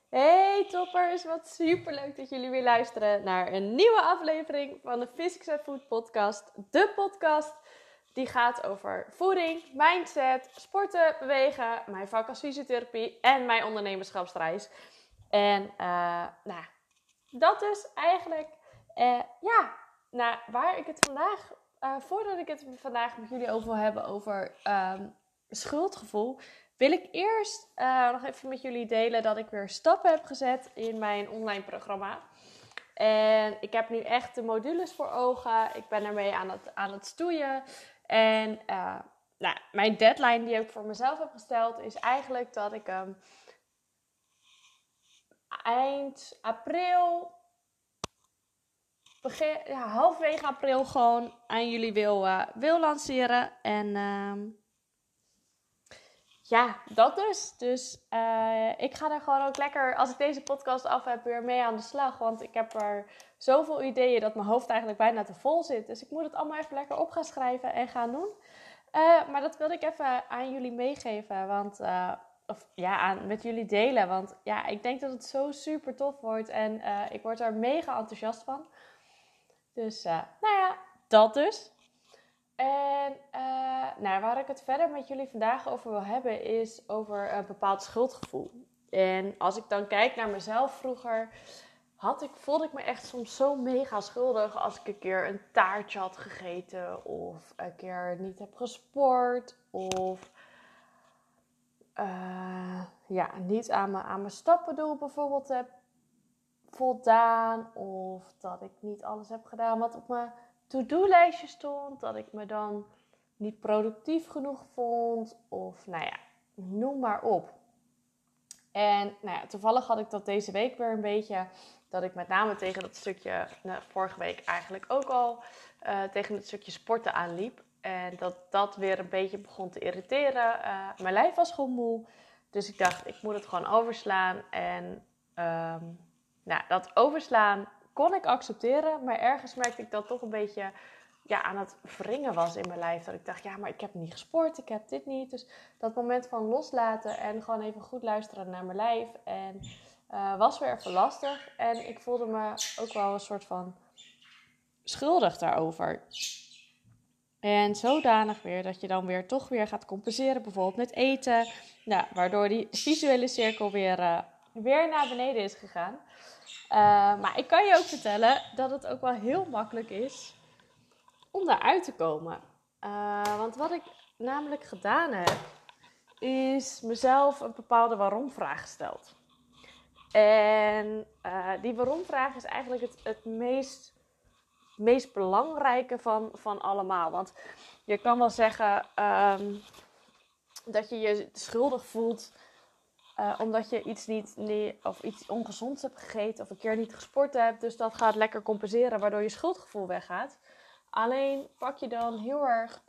Hey toppers, wat super leuk dat jullie weer luisteren naar een nieuwe aflevering van de Physics and Food podcast. De podcast die gaat over voeding, mindset, sporten, bewegen, mijn vak als fysiotherapie en mijn ondernemerschapsreis. En dat is eigenlijk, waar ik het vandaag, voordat ik het vandaag met jullie over wil hebben over schuldgevoel, wil ik eerst nog even met jullie delen dat ik weer stappen heb gezet in mijn online programma. En ik heb nu echt de modules voor ogen. Ik ben ermee aan het stoeien. En mijn deadline die ik voor mezelf heb gesteld is eigenlijk dat ik eind april, halverwege april gewoon aan jullie wil lanceren. En dat dus. Dus ik ga er gewoon ook lekker, als ik deze podcast af heb, weer mee aan de slag. Want ik heb er zoveel ideeën dat mijn hoofd eigenlijk bijna te vol zit. Dus ik moet het allemaal even lekker op gaan schrijven en gaan doen. Maar dat wilde ik even aan jullie meegeven. Met jullie delen. Want ja, ik denk dat het zo super tof wordt. En ik word er mega enthousiast van. Dus dat dus. En waar ik het verder met jullie vandaag over wil hebben is over een bepaald schuldgevoel. En als ik dan kijk naar mezelf vroeger, voelde ik me echt soms zo mega schuldig als ik een keer een taartje had gegeten of een keer niet heb gesport of niet aan mijn stappendoel bijvoorbeeld heb voldaan of dat ik niet alles heb gedaan wat op mijn to-do-lijstje stond, dat ik me dan niet productief genoeg vond of noem maar op. En toevallig had ik dat deze week weer een beetje, dat ik met name tegen dat stukje, vorige week eigenlijk ook al, tegen het stukje sporten aanliep. En dat weer een beetje begon te irriteren. Mijn lijf was gewoon moe, dus ik dacht ik moet het gewoon overslaan. En dat overslaan kon ik accepteren, maar ergens merkte ik dat toch een beetje aan het wringen was in mijn lijf. Dat ik dacht, maar ik heb niet gesport, ik heb dit niet. Dus dat moment van loslaten en gewoon even goed luisteren naar mijn lijf. En was weer even lastig. En ik voelde me ook wel een soort van schuldig daarover. En zodanig weer dat je dan weer toch weer gaat compenseren. Bijvoorbeeld met eten. Waardoor die visuele cirkel weer naar beneden is gegaan. Maar ik kan je ook vertellen dat het ook wel heel makkelijk is om daaruit te komen. Want wat ik namelijk gedaan heb, is mezelf een bepaalde waarom-vraag gesteld. En die waarom-vraag is eigenlijk het meest belangrijke van allemaal. Want je kan wel zeggen dat je je schuldig voelt omdat je iets ongezonds hebt gegeten of een keer niet gesport hebt. Dus dat gaat lekker compenseren, waardoor je schuldgevoel weggaat. Alleen pak je dan heel erg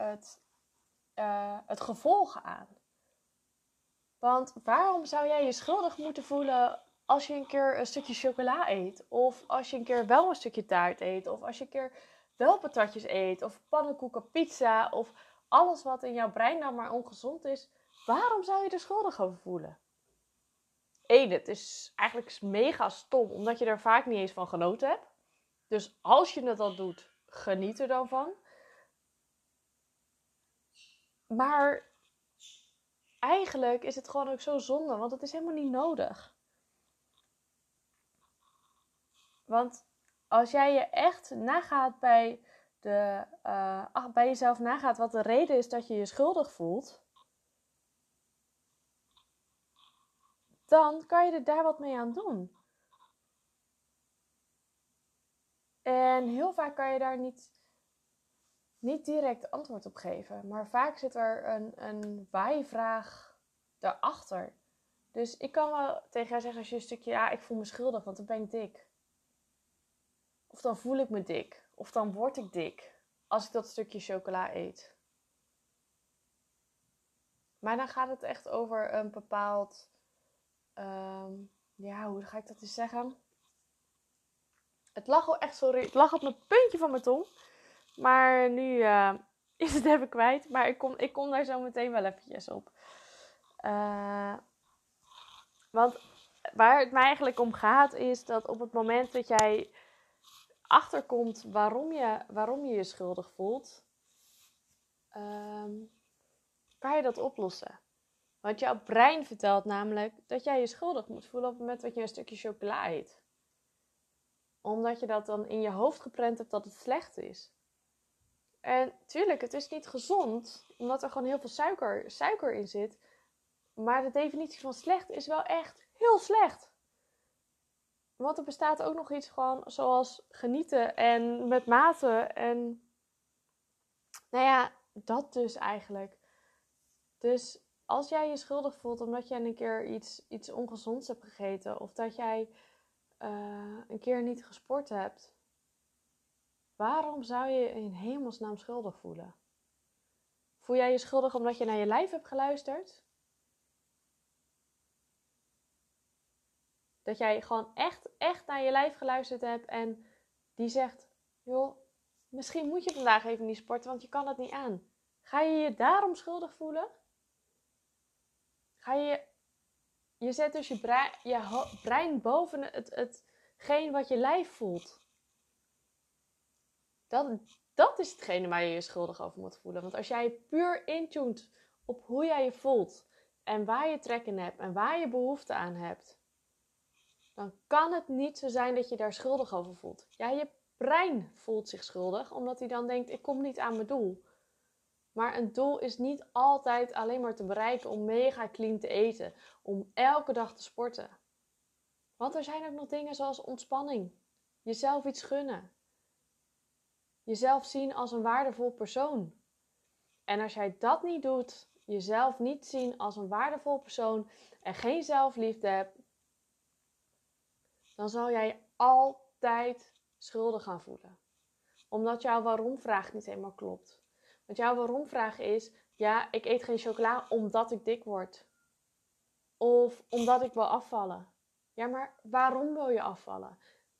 het gevolg aan. Want waarom zou jij je schuldig moeten voelen als je een keer een stukje chocola eet? Of als je een keer wel een stukje taart eet? Of als je een keer wel patatjes eet? Of pannenkoeken, pizza? Of alles wat in jouw brein dan maar ongezond is. Waarom zou je er schuldig over voelen? Het is eigenlijk mega stom, omdat je er vaak niet eens van genoten hebt. Dus als je het al doet, geniet er dan van. Maar eigenlijk is het gewoon ook zo zonde, want het is helemaal niet nodig. Want als jij je echt nagaat bij jezelf nagaat wat de reden is dat je je schuldig voelt, dan kan je er daar wat mee aan doen. En heel vaak kan je daar niet direct antwoord op geven. Maar vaak zit er een waaivraag daarachter. Dus ik kan wel tegen jou zeggen als je een stukje, ik voel me schuldig, want dan ben ik dik. Of dan voel ik me dik. Of dan word ik dik. Als ik dat stukje chocola eet. Maar dan gaat het echt over een bepaald, hoe ga ik dat eens zeggen? Het lag op mijn puntje van mijn tong. Maar nu is het even kwijt. Maar ik kom daar zo meteen wel eventjes op. Want waar het mij eigenlijk om gaat is dat op het moment dat jij achterkomt waarom je schuldig voelt, kan je dat oplossen. Want jouw brein vertelt namelijk dat jij je schuldig moet voelen op het moment dat je een stukje chocola eet. Omdat je dat dan in je hoofd geprent hebt dat het slecht is. En tuurlijk, het is niet gezond, omdat er gewoon heel veel suiker in zit. Maar de definitie van slecht is wel echt heel slecht. Want er bestaat ook nog iets gewoon zoals genieten en met mate. En nou ja, dat dus eigenlijk. Dus als jij je schuldig voelt omdat jij een keer iets ongezonds hebt gegeten. Of dat jij een keer niet gesport hebt. Waarom zou je je in hemelsnaam schuldig voelen? Voel jij je schuldig omdat je naar je lijf hebt geluisterd? Dat jij gewoon echt naar je lijf geluisterd hebt en die zegt, joh, misschien moet je vandaag even niet sporten, want je kan het niet aan. Ga je je daarom schuldig voelen? Je zet dus je brein boven hetgeen wat je lijf voelt. Dat is hetgene waar je je schuldig over moet voelen. Want als jij puur intuned op hoe jij je voelt en waar je trek in hebt en waar je behoefte aan hebt, dan kan het niet zo zijn dat je daar schuldig over voelt. Ja, je brein voelt zich schuldig, omdat hij dan denkt, ik kom niet aan mijn doel. Maar een doel is niet altijd alleen maar te bereiken om mega clean te eten. Om elke dag te sporten. Want er zijn ook nog dingen zoals ontspanning. Jezelf iets gunnen. Jezelf zien als een waardevol persoon. En als jij dat niet doet, jezelf niet zien als een waardevol persoon en geen zelfliefde hebt, dan zal jij altijd schuldig gaan voelen. Omdat jouw waarom-vraag niet helemaal klopt. Want jouw waarom-vraag is, ja, ik eet geen chocola omdat ik dik word. Of omdat ik wil afvallen. Ja, maar waarom wil je afvallen?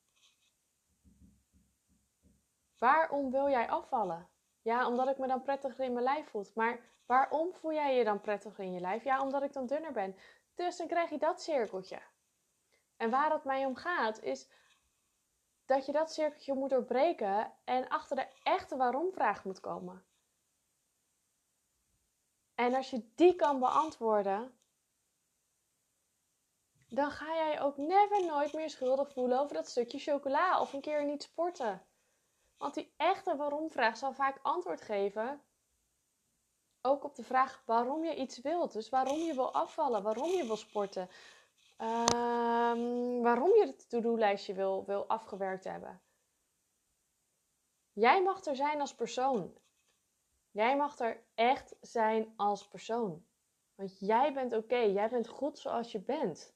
Waarom wil jij afvallen? Ja, omdat ik me dan prettiger in mijn lijf voel. Maar waarom voel jij je dan prettiger in je lijf? Ja, omdat ik dan dunner ben. Dus dan krijg je dat cirkeltje. En waar het mij om gaat, is dat je dat cirkeltje moet doorbreken en achter de echte waarom-vraag moet komen. En als je die kan beantwoorden, dan ga jij ook nooit meer schuldig voelen over dat stukje chocola of een keer niet sporten. Want die echte waarom-vraag zal vaak antwoord geven, ook op de vraag waarom je iets wilt. Dus waarom je wil afvallen, waarom je wil sporten, waarom je het to-do-lijstje wil afgewerkt hebben. Jij mag er zijn als persoon. Jij mag er echt zijn als persoon. Want jij bent oké. Jij bent goed zoals je bent.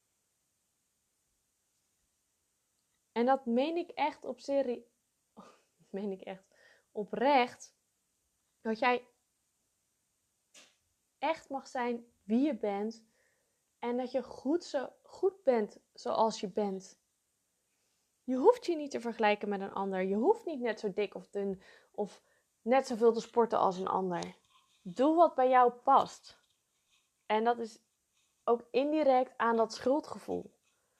En dat meen ik echt meen ik echt oprecht. Dat jij echt mag zijn wie je bent. En dat je goed bent zoals je bent. Je hoeft je niet te vergelijken met een ander. Je hoeft niet net zo dik of dun of net zoveel te sporten als een ander. Doe wat bij jou past. En dat is ook indirect aan dat schuldgevoel.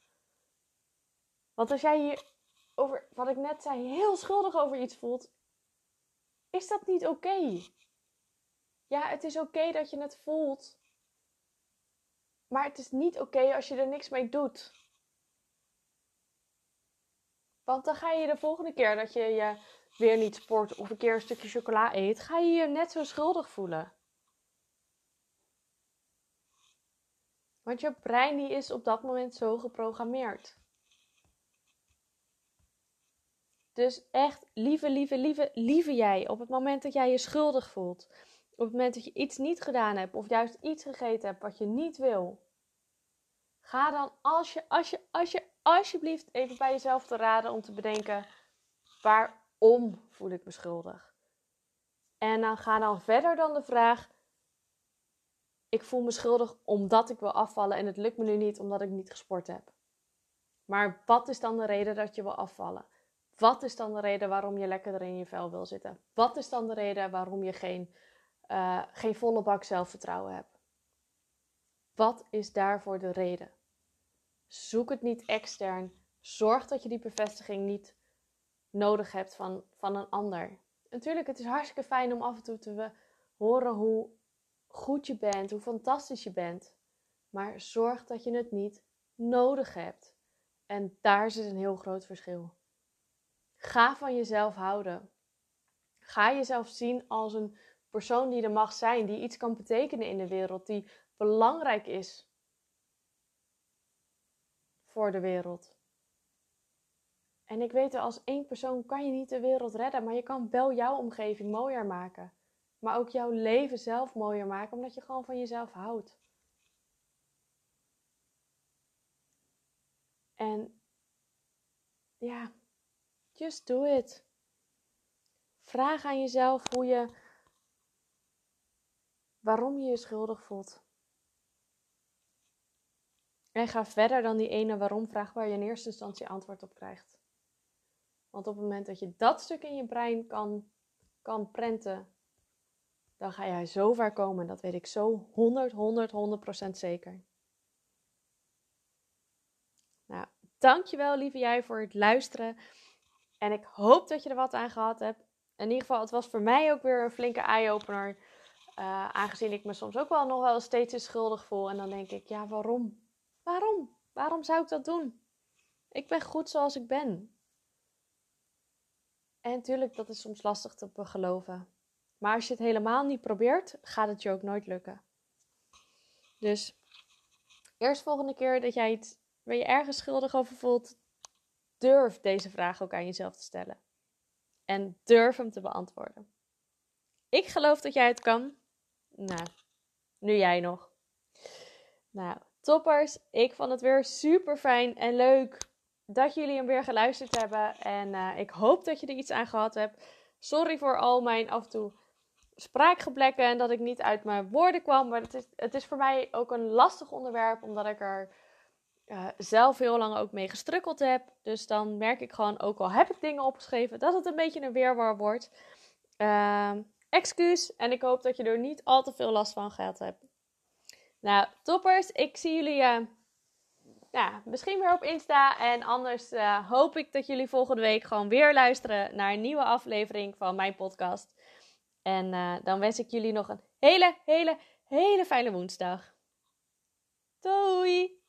Want als jij je over, wat ik net zei, heel schuldig over iets voelt, is dat niet oké. Ja, het is oké dat je het voelt. Maar het is niet oké als je er niks mee doet. Want dan ga je de volgende keer dat je weer niet sport of een keer een stukje chocola eet, ga je je net zo schuldig voelen. Want je brein die is op dat moment zo geprogrammeerd. Dus echt, lieve jij, op het moment dat jij je schuldig voelt, op het moment dat je iets niet gedaan hebt of juist iets gegeten hebt wat je niet wil, ga dan alsjeblieft even bij jezelf te raden om te bedenken, waarom voel ik me schuldig? En dan ga dan verder dan de vraag, ik voel me schuldig omdat ik wil afvallen en het lukt me nu niet omdat ik niet gesport heb. Maar wat is dan de reden dat je wil afvallen? Wat is dan de reden waarom je lekkerder in je vel wil zitten? Wat is dan de reden waarom je geen volle bak zelfvertrouwen hebt? Wat is daarvoor de reden? Zoek het niet extern. Zorg dat je die bevestiging niet nodig hebt van een ander. Natuurlijk, het is hartstikke fijn om af en toe te horen hoe goed je bent, hoe fantastisch je bent. Maar zorg dat je het niet nodig hebt. En daar zit een heel groot verschil. Ga van jezelf houden. Ga jezelf zien als een persoon die er mag zijn, die iets kan betekenen in de wereld, die belangrijk is voor de wereld. En ik weet, als één persoon kan je niet de wereld redden, maar je kan wel jouw omgeving mooier maken. Maar ook jouw leven zelf mooier maken, omdat je gewoon van jezelf houdt. En ja, just do it. Vraag aan jezelf waarom je je schuldig voelt. En ga verder dan die ene waarom-vraag waar je in eerste instantie antwoord op krijgt. Want op het moment dat je dat stuk in je brein kan prenten, dan ga jij zo ver komen. Dat weet ik zo 100% zeker. Nou, dankjewel lieve jij voor het luisteren. En ik hoop dat je er wat aan gehad hebt. In ieder geval, het was voor mij ook weer een flinke eye-opener. Aangezien ik me soms ook wel nog wel steeds schuldig voel. En dan denk ik, ja, waarom? Waarom zou ik dat doen? Ik ben goed zoals ik ben. En natuurlijk, dat is soms lastig te geloven. Maar als je het helemaal niet probeert, gaat het je ook nooit lukken. Dus eerst volgende keer dat jij waar je ergens schuldig over voelt, durf deze vraag ook aan jezelf te stellen. En durf hem te beantwoorden. Ik geloof dat jij het kan. Nou, nu jij nog. Nou, toppers. Ik vond het weer super fijn en leuk dat jullie hem weer geluisterd hebben. En ik hoop dat je er iets aan gehad hebt. Sorry voor al mijn af en toe spraakgeblekken en dat ik niet uit mijn woorden kwam. Maar het is voor mij ook een lastig onderwerp, omdat ik er zelf heel lang ook mee gestrukkeld heb. Dus dan merk ik gewoon, ook al heb ik dingen opgeschreven, dat het een beetje een weerwar wordt. Excuus. En ik hoop dat je er niet al te veel last van gehad hebt. Nou, toppers. Ik zie jullie misschien weer op Insta. En anders hoop ik dat jullie volgende week gewoon weer luisteren naar een nieuwe aflevering van mijn podcast. En dan wens ik jullie nog een hele fijne woensdag. Doei!